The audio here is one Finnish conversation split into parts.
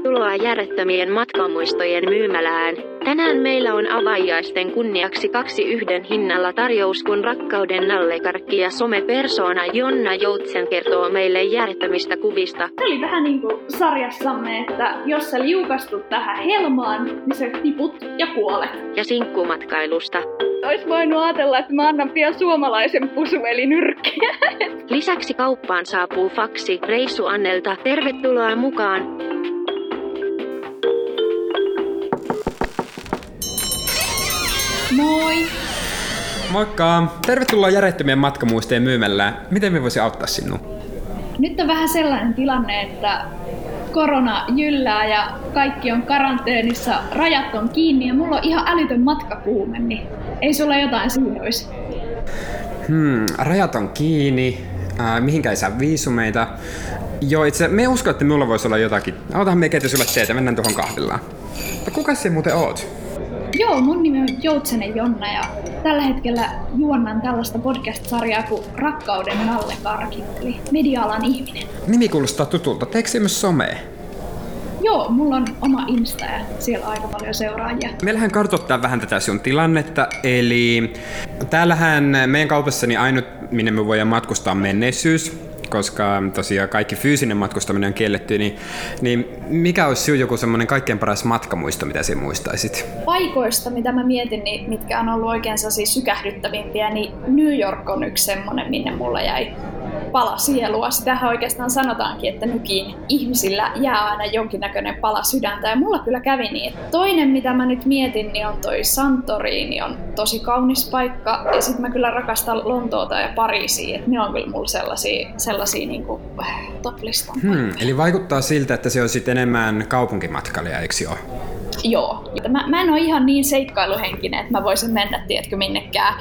Tervetuloa järjettömien matkamuistojen myymälään. Tänään meillä on avaijaisten kunniaksi 2 yhden hinnalla tarjous, kun rakkauden nallekarkki ja somepersona Jonna Joutsen kertoo meille järjettömistä kuvista. Se oli vähän niin kuin sarjassamme, että jos sä liukastut tähän helmaan, niin sä tiput ja kuolet. Ja sinkkumatkailusta. Ois voinut ajatella, että mä annan pian suomalaisen pusuvelinyrkkiä. Lisäksi kauppaan saapuu faksi Reissu Annelta. Tervetuloa mukaan! Moi! Moikka! Tervetuloa järjettömien matkamuistojen myymälään. Miten me voisin auttaa sinua? Nyt on vähän sellainen tilanne, että korona jyllää ja kaikki on karanteenissa, rajat on kiinni ja mulla on ihan älytön matkakuume, niin ei sulla jotain siinä olisi? Rajat on kiinni, mihinkään ei saa viisumeita. Joo, itse me uskon, että minulla voisi olla jotakin. Otahan me keitä sulle teetä, mennään tuohon kahvilaan. Kuka se muuten oot? Joo, mun nimi on Joutsenen Jonna ja tällä hetkellä juonnan tällaista podcast-sarjaa kuin Rakkauden nallekarkit, eli media-alan ihminen. Nimi kuulostaa tutulta. Teekö se myös somea? Joo, mulla on oma Insta ja siellä on aika paljon seuraajia. Meillähän kartoittaa vähän tätä sun tilannetta, eli täällähän meidän kaupassani ainut, minne me voidaan matkustaa, on menneisyys, koska tosiaan kaikki fyysinen matkustaminen on kielletty, niin mikä olisi sinun joku semmoinen kaikkein paras matkamuisto, mitä sinä muistaisit? Paikoista, mitä mä mietin, niin mitkä on ollut oikein sykähdyttävimpiä, niin New York on yksi semmoinen, minne mulla jäi pala sielua. Sitähän oikeastaan sanotaankin, että nykin ihmisillä jää aina jonkinnäköinen pala sydäntä. Ja mulla kyllä kävi niin. Toinen, mitä mä nyt mietin, niin on toi Santorini, on tosi kaunis paikka. Ja sit mä kyllä rakastan Lontoota ja Pariisia. Et ne on kyllä mulla sellaisia niinku top-listan paikkoja. Eli vaikuttaa siltä, että se on sit enemmän kaupunkimatkailija, eikö joo? Joo. Mä en ole ihan niin seikkailuhenkinen, että mä voisin mennä, tiedätkö, minnekään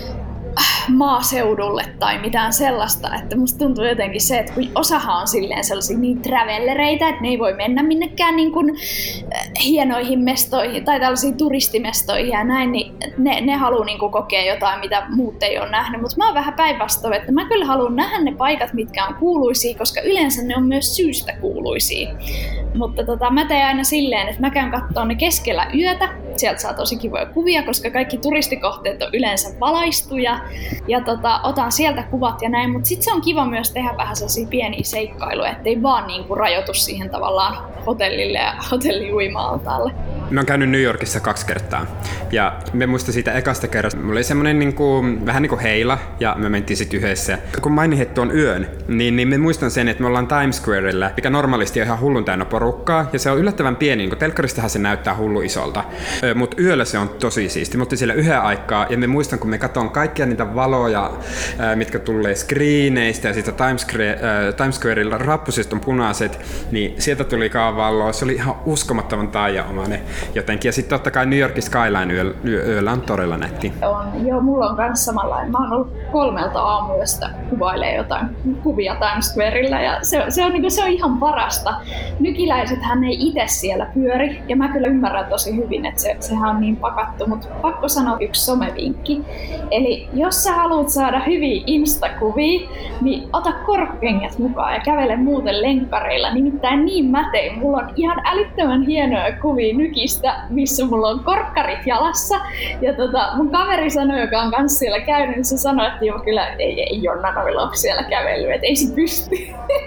maaseudulle tai mitään sellaista, että musta tuntuu jotenkin se, että kun osahan on silleen sellaisia niin travellereitä, että ne ei voi mennä minnekään niin kuin hienoihin mestoihin tai tällaisiin turistimestoihin ja näin, niin ne haluaa niin kuin kokea jotain, mitä muut ei ole nähnyt, mutta mä oon vähän päinvastoin, että mä kyllä haluan nähdä ne paikat, mitkä on kuuluisia, koska yleensä ne on myös syystä kuuluisia. Mutta mä teen aina silleen, että mä käyn katsomaan ne keskellä yötä. Sieltä saa tosi kivoja kuvia, koska kaikki turistikohteet on yleensä valaistuja. Ja otan sieltä kuvat ja näin. Mutta sitten se on kiva myös tehdä vähän sellaisia pieniä seikkailuja, ettei vaan niinku rajoitu siihen tavallaan hotellille ja hotelli-uima-altaalle. Mä oon käynyt New Yorkissa 2 kertaa. Ja me muistan siitä ekasta kerrasta. Mulla oli semmonen vähän niinku heila ja me mentiin sit yhdessä. Kun mainitsin tuon yön, niin me muistan sen, että me ollaan Times Squarella, mikä normaalisti on ihan hullun täynnä porukkaa. Ja se on yllättävän pieni, niin kun telkkaristahan se näyttää hullu isolta. Mutta yöllä se on tosi siisti. Me oltiin siellä yhden aikaa ja me muistan, kun me katson kaikkia niitä valoja, mitkä tulee screeneistä ja siitä Times Squarella rappusista on punaiset, niin sieltä tuli valoa. Se oli ihan uskomattoman taianomainen jotenkin. Ja sitten totta kai New Yorkin skyline yöllä on todella nätti. Joo, mulla on myös samanlainen. Mä oon ollut 3 aamuyöstä kuvailee jotain kuvia Times Squarella ja se on ihan parasta. Nykiläisethän ei itse siellä pyöri ja mä kyllä ymmärrän tosi hyvin, että sehän on niin pakattu, mutta pakko sanoa yksi somevinkki. Eli jos sä haluat saada hyviä Insta-kuvia, niin ota korkokengät mukaan ja kävele muuten lenkkareilla. Nimittäin niin mätein. Mulla on ihan älyttömän hienoja kuvia nykistä, missä mulla on korkkarit jalassa. Ja mun kaveri sanoi, joka on kanssa siellä käynyt, niin se sanoi, että joo, kyllä ei Jonna noilla ole siellä kävellyt, että ei se pysty.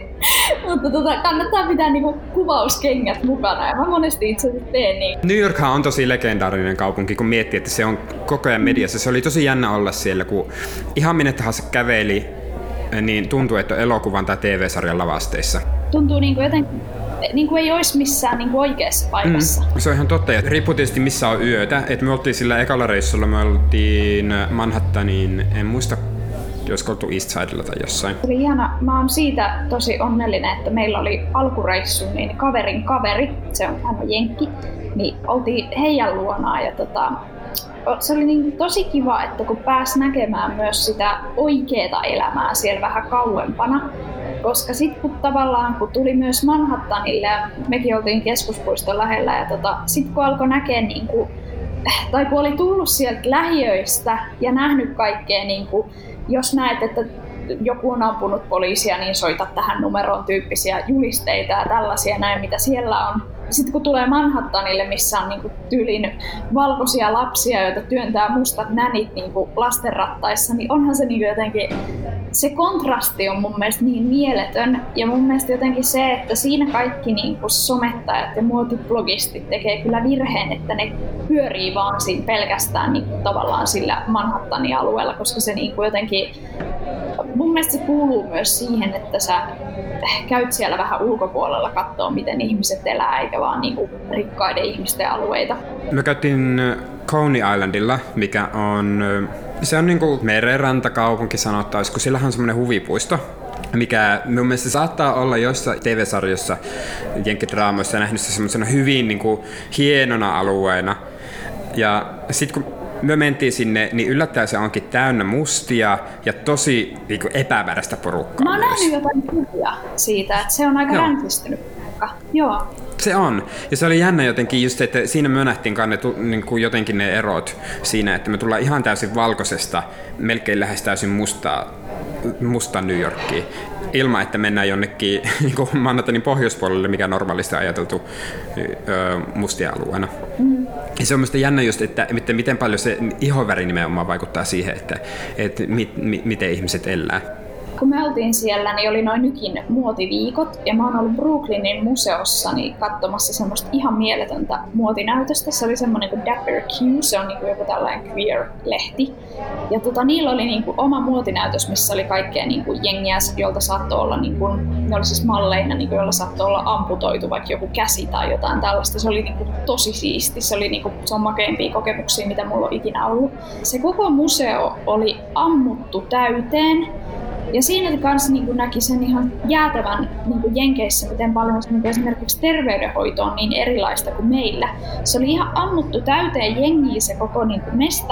Mutta kannattaa pitää niinku kuvauskengät mukana ja mä monesti itse teen niin. New Yorkhan on tosi legendaarinen kaupunki, kun miettii, että se on koko ajan mediassa. Se oli tosi jännä olla siellä, kun ihan minne tahansa käveli, niin tuntuu, että on elokuvan tai TV-sarjan lavasteissa. Tuntuu niinku jotenkin, niinku ei olisi missään niinku oikeassa paikassa. Se on ihan totta. Ja riippuu tietysti missä on yötä. Et me oltiin sillä ekalla reissulla, me oltiin Manhattanin, en muista, olisiko oltu East Sidella tai jossain. Oli ihana. Mä oon siitä tosi onnellinen, että meillä oli alkureissu niin kaverin kaveri, hän on jenkki, niin oltiin heidän luonaan ja se oli niin tosi kiva, että kun pääsi näkemään myös sitä oikeaa elämää siellä vähän kauempana, koska sitten kun tuli myös Manhattanille ja mekin oltiin keskuspuiston lähellä ja sitten kun alkoi näkeä tai kun oli tullut sieltä lähiöistä ja nähnyt kaikkea, jos näet, että joku on ampunut poliisia, niin soita tähän numeroon tyyppisiä julisteita ja tällaisia näin, mitä siellä on sitten kun tulee Manhattanille, missä on niinku tyylin valkoisia lapsia, joita työntää mustat nänit niinku lastenrattaissa, niin onhan se niinku jotenkin, se kontrasti on mun mielestä niin mieletön. Ja mun mielestä jotenkin se, että siinä kaikki niinku somettajat ja muotiblogistit tekee kyllä virheen, että ne pyörii vaan siinä pelkästään niinku tavallaan sillä Manhattanin alueella, koska se niinku jotenkin, mun mielestä se kuuluu myös siihen, että sä käyt siellä vähän ulkopuolella kattoo, miten ihmiset elää, eikä vaan niinku rikkaiden ihmisten alueita. Me käytiin Coney Islandilla, mikä on, se on niinku merenrantakaupunki sanottaisi, kun sillähän on semmoinen huvipuisto, mikä mun mielestä saattaa olla jossain TV-sarjossa, jenkkidraamoissa nähnyt se semmoisena hyvin niinku hienona alueena. Ja sit kun me mentiin sinne, niin yllättäen se onkin täynnä mustia ja tosi niinku epämääräistä porukkaa. Mä oon nähnyt jotain kuvia siitä, että se on aika ränkistynyt paikka. Joo. Se on. Ja se oli jännä jotenkin just, että siinä me nähtiinkaan niin jotenkin ne erot siinä, että me tullaan ihan täysin valkoisesta, melkein lähes täysin musta New Yorkiin, ilman että mennään jonnekin niin Manhattanin pohjoispuolelle, mikä normaalisti on ajateltu mustia alueena. Ja se on minusta jännä just, että miten paljon se ihoväri nimenomaan vaikuttaa siihen, että miten ihmiset elää. Kun me oltiin siellä, niin oli noin Nykin muotiviikot, ja mä oon ollut Brooklynin museossa niin katsomassa semmoista ihan mieletöntä muotinäytöstä. Se oli semmoinen kuin Dapper Q, se on niin kuin joku tällainen queer-lehti. Ja niillä oli niin kuin oma muotinäytös, missä oli kaikkea niin kuin jengiä, jolta saattoi olla, niin kuin, ne oli siis malleina, niin kuin, joilla saattoi olla amputoitu vaikka joku käsi tai jotain tällaista. Se oli niin kuin tosi siisti, se oli niin kuin, se on makeimpia kokemuksia, mitä mulla on ikinä ollut. Se koko museo oli ammuttu täyteen. Ja siinä kanssa niin näki sen ihan jäätävän niin Jenkeissä, miten paljon niin esimerkiksi terveydenhoito on niin erilaista kuin meillä. Se oli ihan ammuttu täyteen jengiä se koko niin mesta.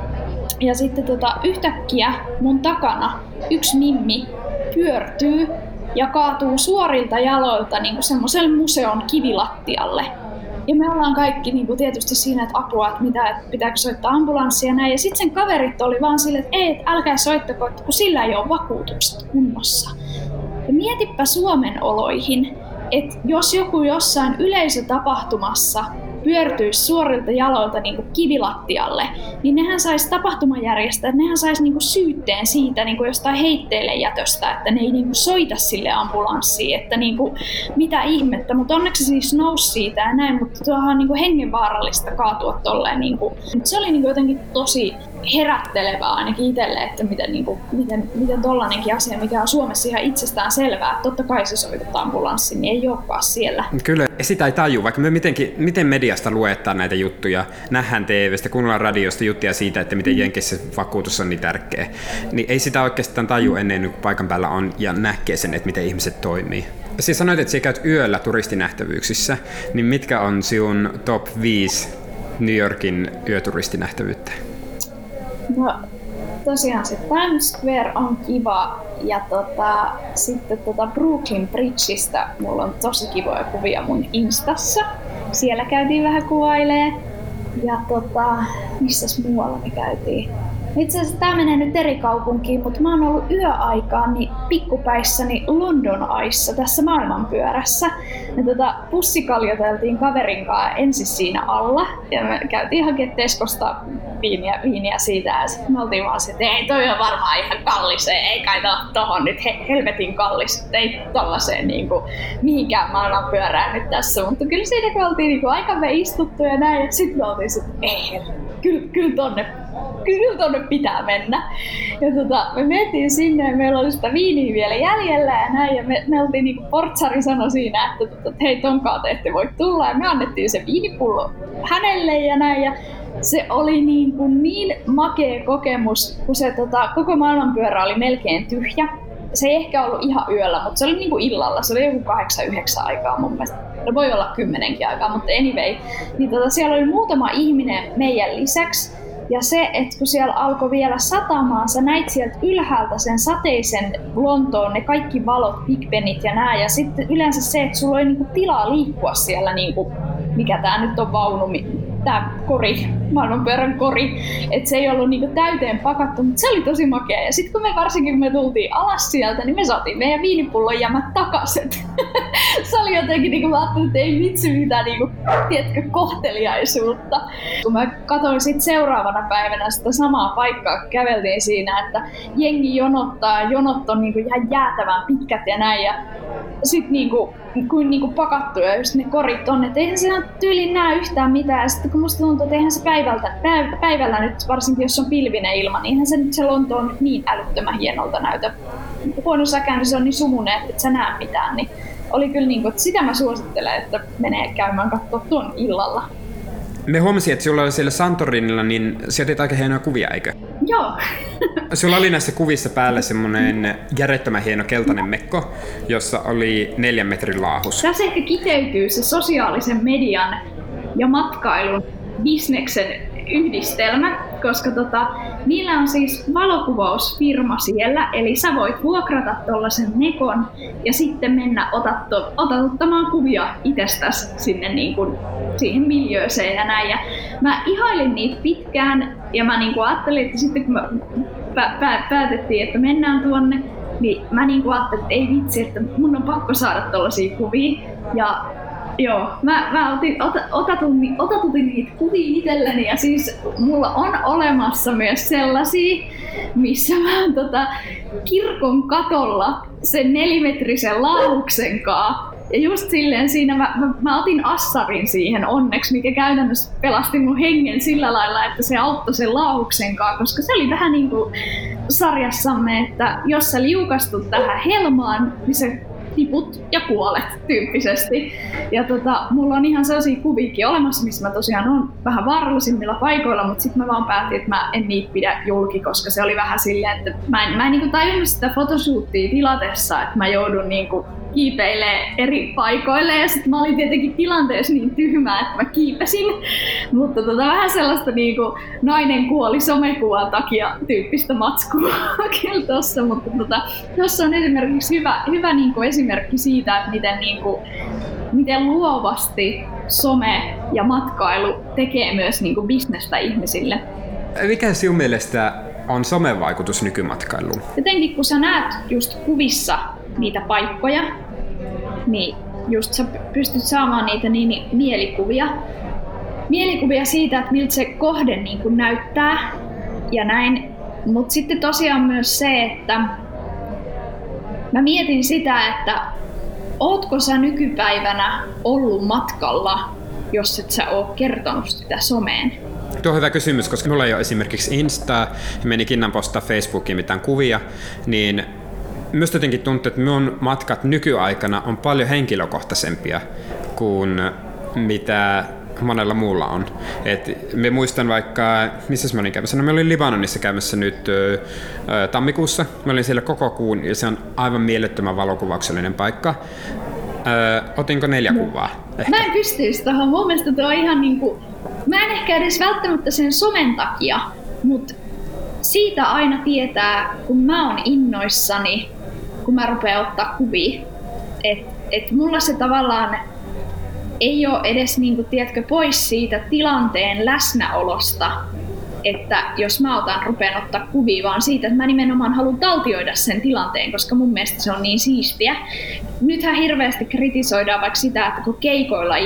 Ja sitten yhtäkkiä mun takana yksi mimmi pyörtyy ja kaatuu suorilta jaloilta niin semmoiselle museon kivilattialle. Ja me ollaan kaikki niin tietysti siinä, että apua, että pitääkö soittaa ambulanssia ja näin. Ja sitten sen kaverit oli vaan silleen, että ei, älkää soittako, kun sillä ei ole vakuutukset kunnossa. Ja mietipä Suomen oloihin, että jos joku jossain yleisötapahtumassa pyörtyisi suorilta jaloilta niin kuin kivilattialle, niin nehän sais tapahtumajärjestäjät, nehän sais niin kuin syytteen siitä niin kuin jostain heitteillejätöstä, että ne ei niin kuin soita sille ambulanssiin, että niin kuin, mitä ihmettä, mutta onneksi se siis nousi siitä ja näin, mutta tuohan on niin kuin hengenvaarallista kaatua tolleen. Niin kuin. Se oli niin kuin jotenkin tosi herättelevää ainakin itselle, että miten tollainenkin asia, mikä on Suomessa ihan itsestään selvää, että totta kai se soitetaan ambulanssiin, niin ei olekaan siellä. Kyllä, sitä ei tajua, vaikka me miten mediasta luetaan näitä juttuja, nähdään TV:stä, kuunnellaan radiosta juttuja siitä, että miten Jenkeissä vakuutus on niin tärkeä, niin ei sitä oikeastaan taju ennen kuin paikan päällä on ja näkee sen, että miten ihmiset toimii. Siis sanoit, että sä käyt yöllä turistinähtävyyksissä, niin mitkä on sinun top 5 New Yorkin yöturistinähtävyyttä? No tosiaan se Times Square on kiva ja sitten Brooklyn Bridgeistä mulla on tosi kivoja kuvia mun Instassa. Siellä käytiin vähän kuvailee ja missäs muualla me käytiin? Itse asiassa tää menee nyt eri kaupunkiin, mutta mä oon ollut yöaikaan niin pikkupäissäni London Eyessa tässä maailmanpyörässä. Ja pussikaljoteltiin kaverin kanssa ensin siinä alla ja me käytiin hakemaan Tescosta viiniä siitä ja sitten me oltiin vaan se, että ei toi on varmaan ihan kallis, ei kai tohon nyt helvetin kallis, että ei tollaseen niinku mihinkään maailmanpyörään nyt tässä, mutta kyllä siinä kun oltiin niinku aika me istuttu ja näin ja sitten me oltiin se, että ei, kyllä tonne pitää mennä. Ja me mentiin sinne ja meillä oli sitä viiniä vielä jäljellä ja näin. Ja me oltiin niinku portsari sanoi siinä, että hei tonkaan te ette voi tulla. Ja me annettiin se viinipullo hänelle ja näin. Ja se oli niin makea kokemus, kun se koko maailmanpyörä oli melkein tyhjä. Se ei ehkä ollut ihan yöllä, mutta se oli niinku illalla. Se oli joku 8-9 aikaa mun mielestä. No voi olla 10 aikaa, mutta anyway. Niin siellä oli muutama ihminen meidän lisäksi. Ja se, että kun siellä alkoi vielä satamaan, sä näit sieltä ylhäältä sen sateisen Lontoon, ne kaikki valot, Big Benit ja nää. Ja sitten yleensä se, että sulla oli niinku tilaa liikkua siellä, niinku, mikä tää nyt on vaunu, tää kori, maailmanpyörän kori. Että se ei ollut niinku täyteen pakattu, mutta se oli tosi makea. Ja sitten kun me tultiin alas sieltä, niin me saatiin meidän viinipullon jämät takaisin. Se oli jotenkin, niin mä ajattelin, että ei vitsi mitään niin kuin, tiedätkö, kohteliaisuutta. Kun mä katsoin sit seuraavana päivänä sitä samaa paikkaa, kun käveltiin siinä, että jengi jonottaa, jonot on niin kuin ihan jäätävän pitkät ja näin. Ja sit kuin pakattu ja just ne korit on, että eihän siinä tyyliin näe yhtään mitään. Ja sitten kun musta tuntuu, että eihän se päivällä nyt, varsinkin jos on pilvinen ilma, niin eihän se nyt se Lonto on nyt niin älyttömän hienolta näytä. Huono säkään, se on niin sumunen, että et sä näe mitään. Niin oli kyllä niin kuin, että sitä mä suosittelen, että menee käymään katsoa tuon illalla. Me huomasin, että sulla oli siellä Santorinilla, niin sä otit aika hienoja kuvia, eikö? Joo. Sulla oli näissä kuvissa päällä semmoinen järjettömän hieno keltainen mekko, jossa oli 4 metrin laahus. Tässä ehkä kiteytyy se sosiaalisen median ja matkailun bisneksen yhdistelmä, koska niillä on siis valokuvausfirma siellä, eli sä voit vuokrata tollasen mekon ja sitten mennä ottamaan kuvia itsestäsi sinne niin kuin siihen miljööseen ja näin. Ja mä ihailin niitä pitkään ja mä niin kuin ajattelin, että sitten kun me päätettiin, että mennään tuonne, niin mä niin kuin ajattelin, että ei vitsi, että mun on pakko saada tollasia kuvia. Ja joo, mä otatutin niitä kuvia itselleni ja siis mulla on olemassa myös sellaisia, missä mä oon kirkon katolla sen 4-metrisen laahuksen kaa. Ja just silleen siinä mä otin assarin siihen onneksi, mikä käytännössä pelasti mun hengen sillä lailla, että se auttoi sen laahuksen kaa, koska se oli vähän niin kuin sarjassamme, että jos sä liukastut tähän helmaan, niin se tiput ja kuolet tyyppisesti. Ja mulla on ihan sellaisia kuviakin olemassa, missä mä tosiaan on vähän vaarallisimmilla paikoilla, mutta sitten mä vaan päätin, että mä en niitä pidä julki, koska se oli vähän silleen, että mä en niinku tajunnut sitä fotoshootia tilatessa, että mä joudun niinku kiipeilee eri paikoille ja sitten mä olin tietenkin tilanteessa niin tyhmää, että mä kiipesin. Mutta vähän sellaista niinku nainen kuoli somekuvan takia tyyppistä matskua kyllä tossa. Mutta tossa on esimerkiksi hyvä niinku esimerkki siitä, että miten luovasti some ja matkailu tekee myös niinku bisnestä ihmisille. Mikä sinun mielestä on somen vaikutus nykymatkailuun? Jotenkin kun sä näet just kuvissa niitä paikkoja, niin just sä pystyt saamaan niitä mielikuvia siitä, että miltä se kohde niin kuin näyttää ja näin. Mutta sitten tosiaan myös se, että mä mietin sitä, että ootko sä nykypäivänä ollut matkalla, jos et sä oo kertonut sitä someen? Tuo on hyvä kysymys, koska mulla ei ole esimerkiksi Instaa ja meni kinnan postaa Facebookiin mitään kuvia, niin myös jotenkin tuntuu, että mun matkat nykyaikana on paljon henkilökohtaisempia kuin mitä monella muulla on. Et me muistan vaikka, missä mä olin käymässä? No mä olin Libanonissa käymässä nyt tammikuussa. Mä olin siellä koko kuun ja se on aivan mielettömän valokuvauksellinen paikka. Otinko 4 kuvaa? Ehkä. Mä en pystyisi tuohon. Mun mielestä tuo on ihan niinku, mä en ehkä edes välttämättä sen somen takia, mutta siitä aina tietää, kun mä oon innoissani, kun mä rupean ottaa kuvia. Et mulla se tavallaan ei ole edes niinku, tiedätkö, pois siitä tilanteen läsnäolosta, että jos mä rupean ottaa kuvia, vaan siitä, että mä nimenomaan haluan taltioida sen tilanteen, koska mun mielestä se on niin siistiä. Nythän hirveästi kritisoidaan vaikka sitä, että kun keikoilla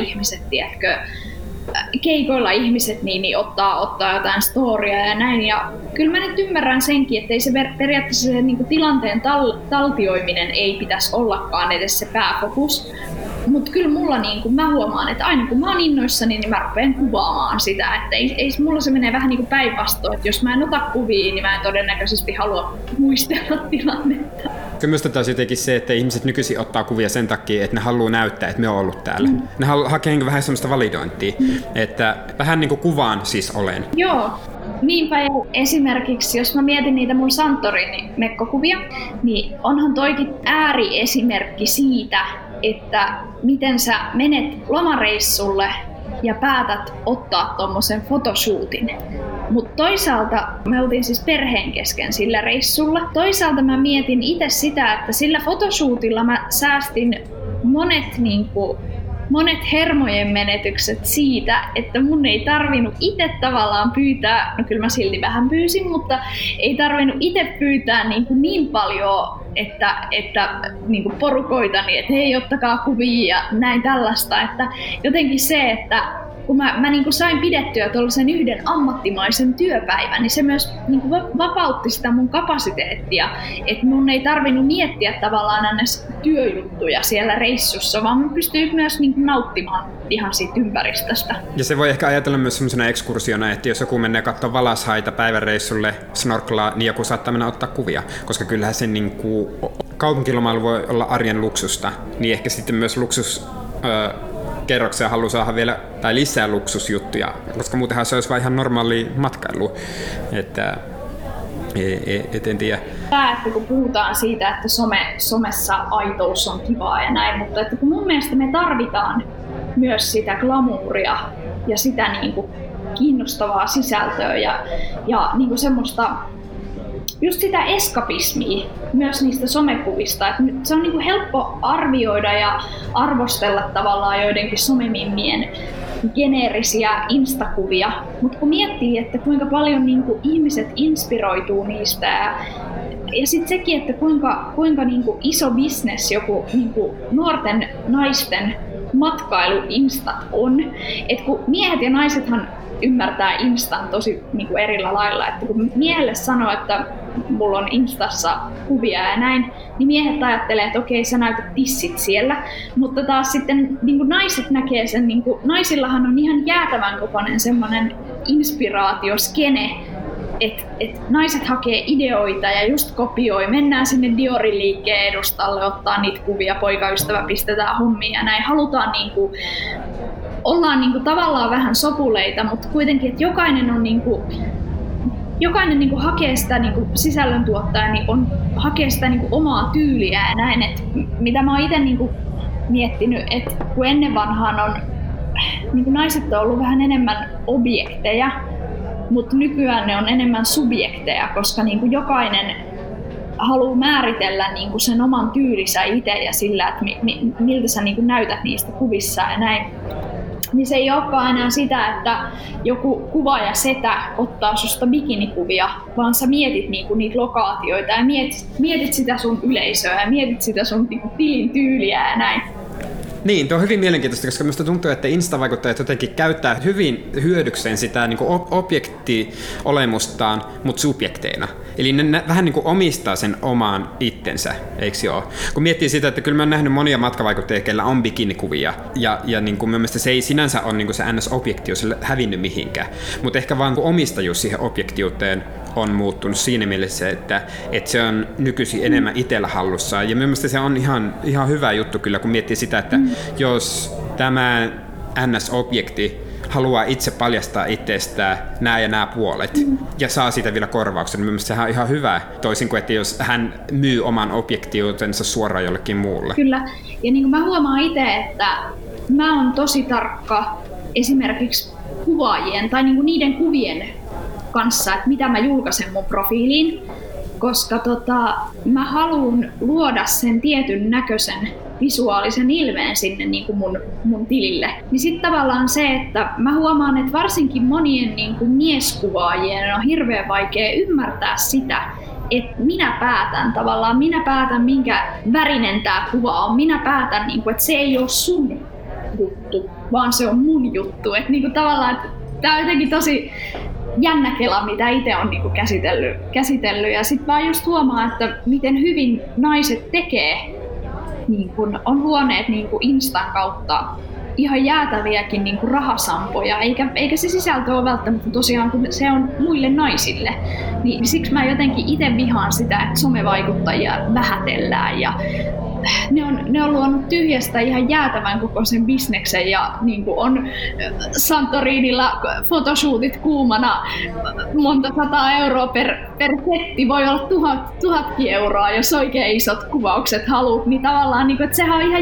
ihmiset niin ottaa jotain storya ja näin. Ja kyllä mä nyt ymmärrän senkin, että ei se periaatteessa se niin kuin tilanteen taltioiminen ei pitäisi ollakaan edes se pääfokus. Mutta kyllä mulla mä huomaan, että aina kun mä oon innoissani, niin mä rupean kuvaamaan sitä. Että ei mulla se menee vähän niin kuin päinvastoin, että jos mä en ota kuvia, niin mä en todennäköisesti halua muistella tilannetta. Kyllä minusta taas jotenkin se, että ihmiset nykyisin ottaa kuvia sen takia, että ne haluaa näyttää, että me on ollut täällä. Ne hakee vähän semmoista validointia, että vähän niin kuin kuvaan siis olen. Joo. Niinpä, ja esimerkiksi jos mä mietin niitä mun Santorin mekkokuvia, niin onhan toikin ääriesimerkki siitä, että miten sä menet lomareissulle ja päätät ottaa tommosen fotoshootin. Mutta toisaalta me oltiin siis perheen kesken sillä reissulla. Toisaalta mä mietin itse sitä, että sillä photoshootilla mä säästin monet hermojen menetykset siitä, että mun ei tarvinnut itse tavallaan pyytää, no kyllä mä silti vähän pyysin, mutta ei tarvinnut itse pyytää niin paljon että niin kuin porukoitani, että hei, ottakaa kuvia ja näin tällaista. Että jotenkin se, että kun mä niin kuin sain pidettyä tuollaisen yhden ammattimaisen työpäivän, niin se myös niin kuin vapautti sitä mun kapasiteettia. Että mun ei tarvinnut miettiä tavallaan aina työjuttuja siellä reissussa, vaan mä pystyin myös niin kuin nauttimaan ihan siitä ympäristöstä. Ja se voi ehkä ajatella myös semmoisena ekskursiona, että jos joku menee katsomaan valashaita päiväreissulle, snorklaa, niin joku saattaa mennä ottaa kuvia. Koska kyllähän se niin kuin kaupunkilomailu voi olla arjen luksusta, niin ehkä sitten myös kerroksia haluaa saada vielä tai lisää luksusjuttuja, koska muutenhan se olisi vain ihan normaali matkailu. Että en tiedä. Että kun puhutaan siitä, että somessa aitous on kivaa ja näin, mutta että kun mun mielestä me tarvitaan myös sitä glamouria ja sitä niin kuin kiinnostavaa sisältöä ja niin kuin semmoista just sitä eskapismia myös niistä somekuvista. Että se on niin kuin helppo arvioida ja arvostella tavallaan joidenkin somemimmien geneerisiä instakuvia, mutta kun miettii, että kuinka paljon niin kuin ihmiset inspiroituu niistä ja sitten sekin, että kuinka niin kuin iso business joku niin kuin nuorten naisten matkailuinstat on. Et kun miehet ja naisethan ymmärtää instan tosi niin kuin erillä lailla, että kun miehelle sanoo, että mulla on instassa kuvia ja näin, niin miehet ajattelee, että okei, sä näytät tissit siellä, mutta taas sitten niin kuin naiset näkee sen, niin kuin, naisillahan on ihan jäätävän kokoinen semmoinen inspiraatioskene, että naiset hakee ideoita ja just kopioi, mennään sinne Diorin liikkeen edustalle, ottaa niitä kuvia, poikaystävä pistetään hommia ja näin, halutaan niinku, ollaan niinku tavallaan vähän sopuleita, mutta kuitenkin, että jokainen niinku hakee sitä niinku sisällöntuottaja, niin hakee sitä niinku omaa tyyliä ja näin, että mitä mä oon itse niinku miettinyt, että kun ennen vanhaan on niinku naiset on ollut vähän enemmän objekteja, mutta nykyään ne on enemmän subjekteja, koska niinku jokainen haluaa määritellä niinku sen oman tyylinsä itse ja sillä, että miltä sä niinku näytät niistä kuvissa ja näin. Niin se ei olekaan enää sitä, että joku kuvaaja setä ottaa susta bikinikuvia, vaan sä mietit niinku niitä lokaatioita ja mietit sitä sun yleisöä ja mietit sitä sun niinku tilin tyyliä ja näin. Niin, tuo on hyvin mielenkiintoista, koska minusta tuntuu, että Insta-vaikuttajat jotenkin käyttää hyvin hyödykseen sitä niin kuin objektiolemustaan, mutta subjekteina. Eli ne vähän niin kuin omistaa sen oman itsensä, eikö joo? Kun miettii sitä, että kyllä mä oon nähnyt monia matkavaikuttajia, keillä on bikinikuvia, ja niin kuin mielestäni se ei sinänsä ole niin kuin se NS-objektio sille hävinnyt mihinkään, mutta ehkä vaan kun omistajuus siihen objektiuteen on muuttunut siinä mielessä, että se on nykyisin enemmän itsellä hallussaan. Ja mielestäni se on ihan hyvä juttu kyllä, kun miettii sitä, että jos tämä NS-objekti haluaa itse paljastaa itsestään nämä ja nämä puolet ja saa siitä vielä korvauksen, niin mielestäni sehän on ihan hyvä, toisin kuin että jos hän myy oman objektiutensa suoraan jollekin muulle. Kyllä, ja niin kuin mä huomaan itse, että mä oon tosi tarkka esimerkiksi kuvaajien tai niin kuin niiden kuvien kanssa, että mitä mä julkaisen mun profiiliin, koska mä haluan luoda sen tietyn näköisen visuaalisen ilmeen sinne niin kuin mun tilille. Niin sitten tavallaan se, että mä huomaan, että varsinkin monien niin kuin mieskuvaajien on hirveän vaikea ymmärtää sitä, että minä päätän minkä värinen tää kuva on, minä päätän, niin kuin, että se ei ole sun juttu, vaan se on mun juttu. Että niin kuin tavallaan, että tää on jotenkin tosi jännä kela, mitä itse on niinku käsitellyt. Ja sitten vaan just huomaa, että miten hyvin naiset tekee, niin kun on luoneet niinku Instan kautta ihan jäätäviäkin niinku rahasampoja, eikä se sisältö ole välttämättä tosiaan, kun se on muille naisille. Niin siksi mä jotenkin itse vihaan sitä, että somevaikuttajia vähätellään ja ne on luonut tyhjästä ihan jäätävän kokoisen bisneksen ja niin kuin on Santorinilla fotoshootit kuumana monta 100 euroa per setti, voi olla 1000 euroa, jos oikein isot kuvaukset haluat, niin tavallaan niin kuin, että sehän on ihan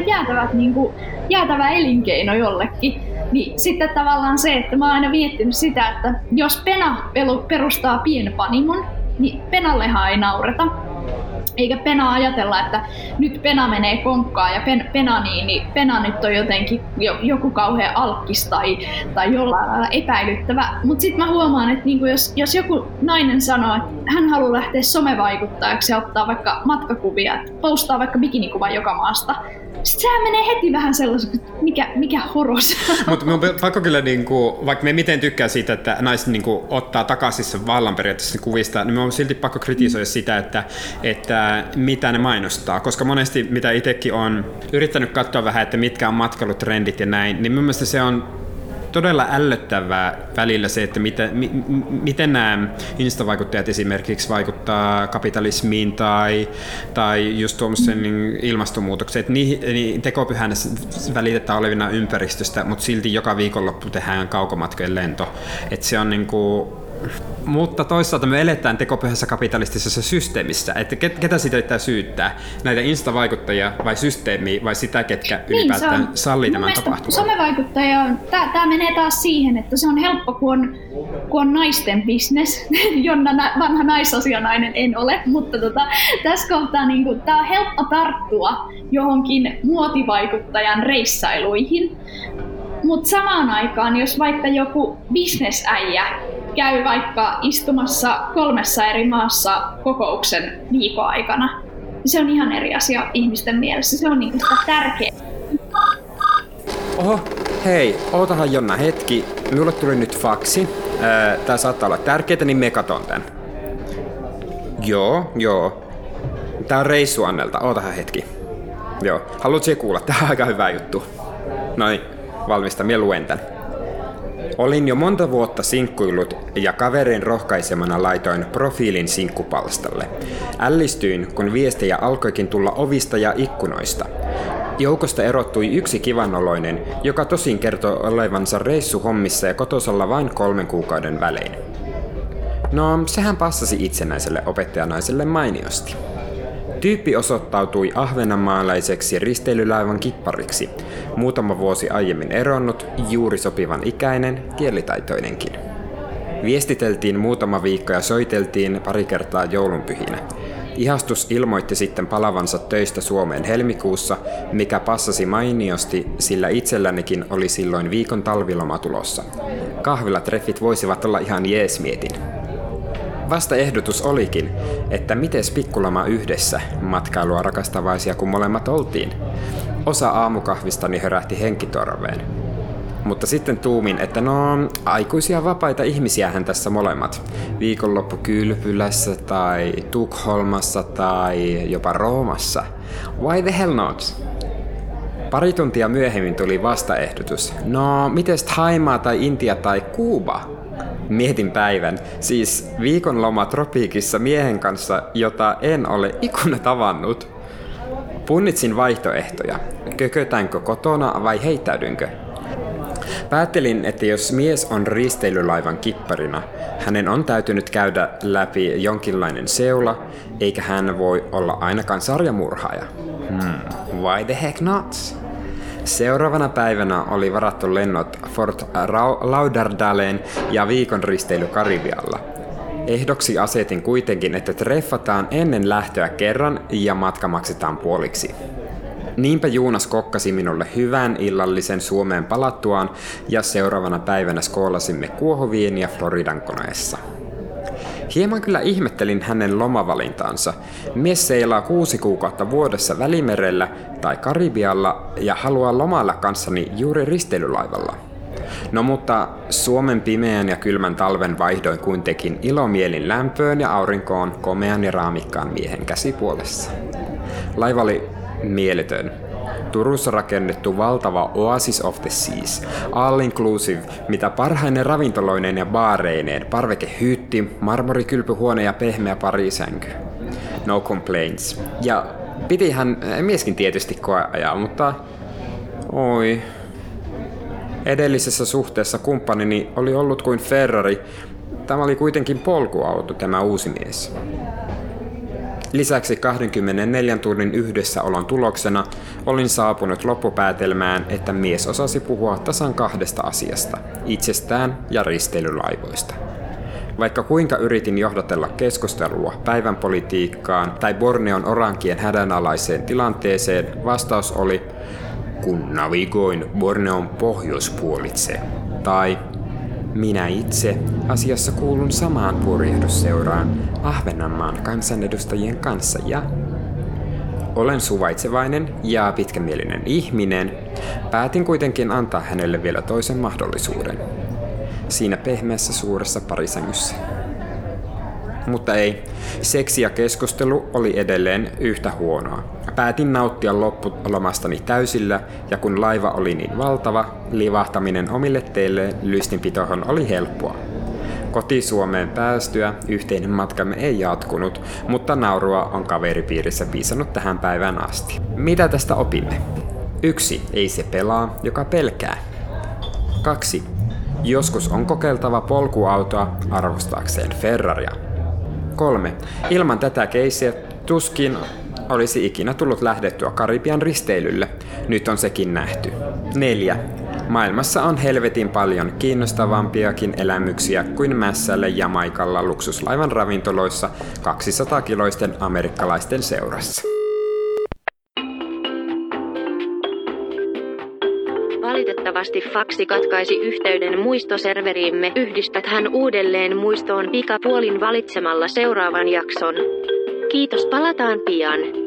jäätävä elinkeino jollekin. Niin sitten tavallaan se, että mä oon aina miettinyt sitä, että jos Pena perustaa pienpanimon, niin Penallehan ei naureta. Eikä Pena ajatella, että nyt Pena menee konkkaan ja Pena nyt on jotenkin joku kauhean alkkis tai jollain lailla epäilyttävä. Mutta sitten mä huomaan, että niinku jos joku nainen sanoo, että hän haluaa lähteä somevaikuttajaksi ja ottaa vaikka matkakuvia, että postaa vaikka bikinikuvan joka maasta, sitten sehän menee heti vähän sellaiseksi, että mikä horos. Mutta pakko kyllä, vaikka me miten tykkää siitä, että naiset ottaa takaisin sen vallan periaatteessa kuvista, niin me on silti pakko kritisoida sitä, että mitä ne mainostaa. Koska monesti, mitä itsekin on yrittänyt katsoa vähän, että mitkä on matkailutrendit ja näin, niin mun mielestä se on todella ällöttävää välillä se, että miten nämä instavaikuttajat esimerkiksi vaikuttaa kapitalismiin tai just tuommoisen ilmastonmuutokseen, että niin tekopyhänä välitetään olevina ympäristöstä, mutta silti joka viikonloppu tehdään kaukomatkojen lento. Että se on mutta toisaalta me eletään tekopyhässä kapitalistisessa systeemissä, että ketä siitä yrittää syyttää? Näitä instavaikuttajia vai systeemiä vai sitä, ketkä ylipäätään sallii tämän tapahtuman? Somevaikuttaja on, tää menee taas siihen, että se on helppo, kun on naisten business. Jonna, vanha naisasianainen en ole, mutta tässä kohtaa tää on helppo tarttua johonkin muotivaikuttajan reissailuihin. Mutta samaan aikaan, jos vaikka joku bisnesäijä käy vaikka istumassa 3 eri maassa kokouksen viikon aikana, niin se on ihan eri asia ihmisten mielessä. Se on sitä tärkeää. Oho, hei, ootahan Jonna hetki. Minulle tuli nyt faksi. Tää saattaa olla tärkeää, niin me katon tän. Joo. Tää on reissu Annelta, ootahan hetki. Joo, haluatko kuulla? Tää on aika hyvä juttu. Noin. Valmista, minä luen tän. Olin jo monta vuotta sinkkuillut ja kaverin rohkaisemana laitoin profiilin sinkkupalstalle. Ällistyin, kun viestejä alkoikin tulla ovista ja ikkunoista. Joukosta erottui yksi kivanoloinen, joka tosin kertoi olevansa reissuhommissa ja kotosalla vain 3 kuukauden välein. No, sehän passasi itsenäiselle opettajanaiselle mainiosti. Tyyppi osoittautui ahvenanmaalaiseksi risteilylaivan kippariksi, muutama vuosi aiemmin eronnut, juuri sopivan ikäinen, kielitaitoinenkin. Viestiteltiin muutama viikko ja soiteltiin pari kertaa joulunpyhinä. Ihastus ilmoitti sitten palavansa töistä Suomeen helmikuussa, mikä passasi mainiosti, sillä itsellänikin oli silloin viikon talviloma tulossa. Kahvilatreffit voisivat olla ihan jees, mietin. Vastaehdotus olikin, että mites pikkuloma yhdessä, matkailua rakastavaisia kun molemmat oltiin. Osa aamukahvistani hörähti henkitorveen. Mutta sitten tuumin, että aikuisia vapaita ihmisiähän tässä molemmat. Viikonloppu Kylpylässä tai Tukholmassa tai jopa Roomassa. Why the hell not? Pari tuntia myöhemmin tuli vastaehdotus. Mites Thaimaa tai Intia tai Kuuba? Mietin päivän, siis viikonloma tropiikissa miehen kanssa, jota en ole ikinä tavannut. Punnitsin vaihtoehtoja. Kökötänkö kotona vai heittäydynkö? Päättelin, että jos mies on risteilylaivan kipparina, hänen on täytynyt käydä läpi jonkinlainen seula, eikä hän voi olla ainakaan sarjamurhaaja. Why the heck not? Seuraavana päivänä oli varattu lennot Fort Lauderdaleen ja viikon risteily Karibialla. Ehdoksi asetin kuitenkin, että treffataan ennen lähtöä kerran ja matka maksetaan puoliksi. Niinpä Juunas kokkasi minulle hyvän illallisen Suomeen palattuaan ja seuraavana päivänä skoolasimme kuohuviiniä Floridan koneessa. Hieman kyllä ihmettelin hänen lomavalintaansa. Mies seilaa 6 kuukautta vuodessa Välimerellä tai Karibialla ja haluaa lomailla kanssani juuri risteilylaivalla. No mutta Suomen pimeän ja kylmän talven vaihdoin kuitenkin ilomielin lämpöön ja aurinkoon komean ja raamikkaan miehen käsipuolessa. Laiva oli mieletön. Turussa rakennettu valtava Oasis of the Seas, all inclusive, mitä parhainen ravintoloineen ja baareineen, parvekehyytti, marmorikylpyhuone ja pehmeä parisänky. No complaints. Ja pitihän mieskin tietysti koeajaa, mutta oi. Edellisessä suhteessa kumppanini oli ollut kuin Ferrari. Tämä oli kuitenkin polkuauto, tämä uusi mies. Lisäksi 24 tunnin yhdessäolon tuloksena olin saapunut loppupäätelmään, että mies osasi puhua tasan 2 asiasta, itsestään ja risteilylaivoista. Vaikka kuinka yritin johdatella keskustelua päivän politiikkaan tai Borneon orankien hädänalaiseen tilanteeseen, vastaus oli, kun navigoin Borneon pohjoispuolitse. Tai minä itse asiassa kuulun samaan purjehdusseuraan Ahvenanmaan kansanedustajien kanssa ja olen suvaitsevainen ja pitkämielinen ihminen. Päätin kuitenkin antaa hänelle vielä toisen mahdollisuuden. Siinä pehmeässä suuressa parisängyssä. Mutta ei, seksi ja keskustelu oli edelleen yhtä huonoa. Päätin nauttia loppulomastani täysillä, ja kun laiva oli niin valtava, livahtaminen omille teille lystinpitohon oli helppoa. Koti-Suomeen päästyä yhteinen matkamme ei jatkunut, mutta naurua on kaveripiirissä piisannut tähän päivään asti. Mitä tästä opimme? 1. Ei se pelaa, joka pelkää. 2. Joskus on kokeiltava polkuautoa arvostaakseen Ferraria. 3. Ilman tätä keissiä tuskin olisi ikinä tullut lähdettyä Karibian risteilylle. Nyt on sekin nähty. 4. Maailmassa on helvetin paljon kiinnostavampiakin elämyksiä kuin mässälle Jamaikalla luksuslaivan ravintoloissa 200-kiloisten amerikkalaisten seurassa. Valitettavasti faksi katkaisi yhteyden muistoserveriimme. Yhdistäthän uudelleen muistoon pikapuolin valitsemalla seuraavan jakson. Kiitos, palataan pian.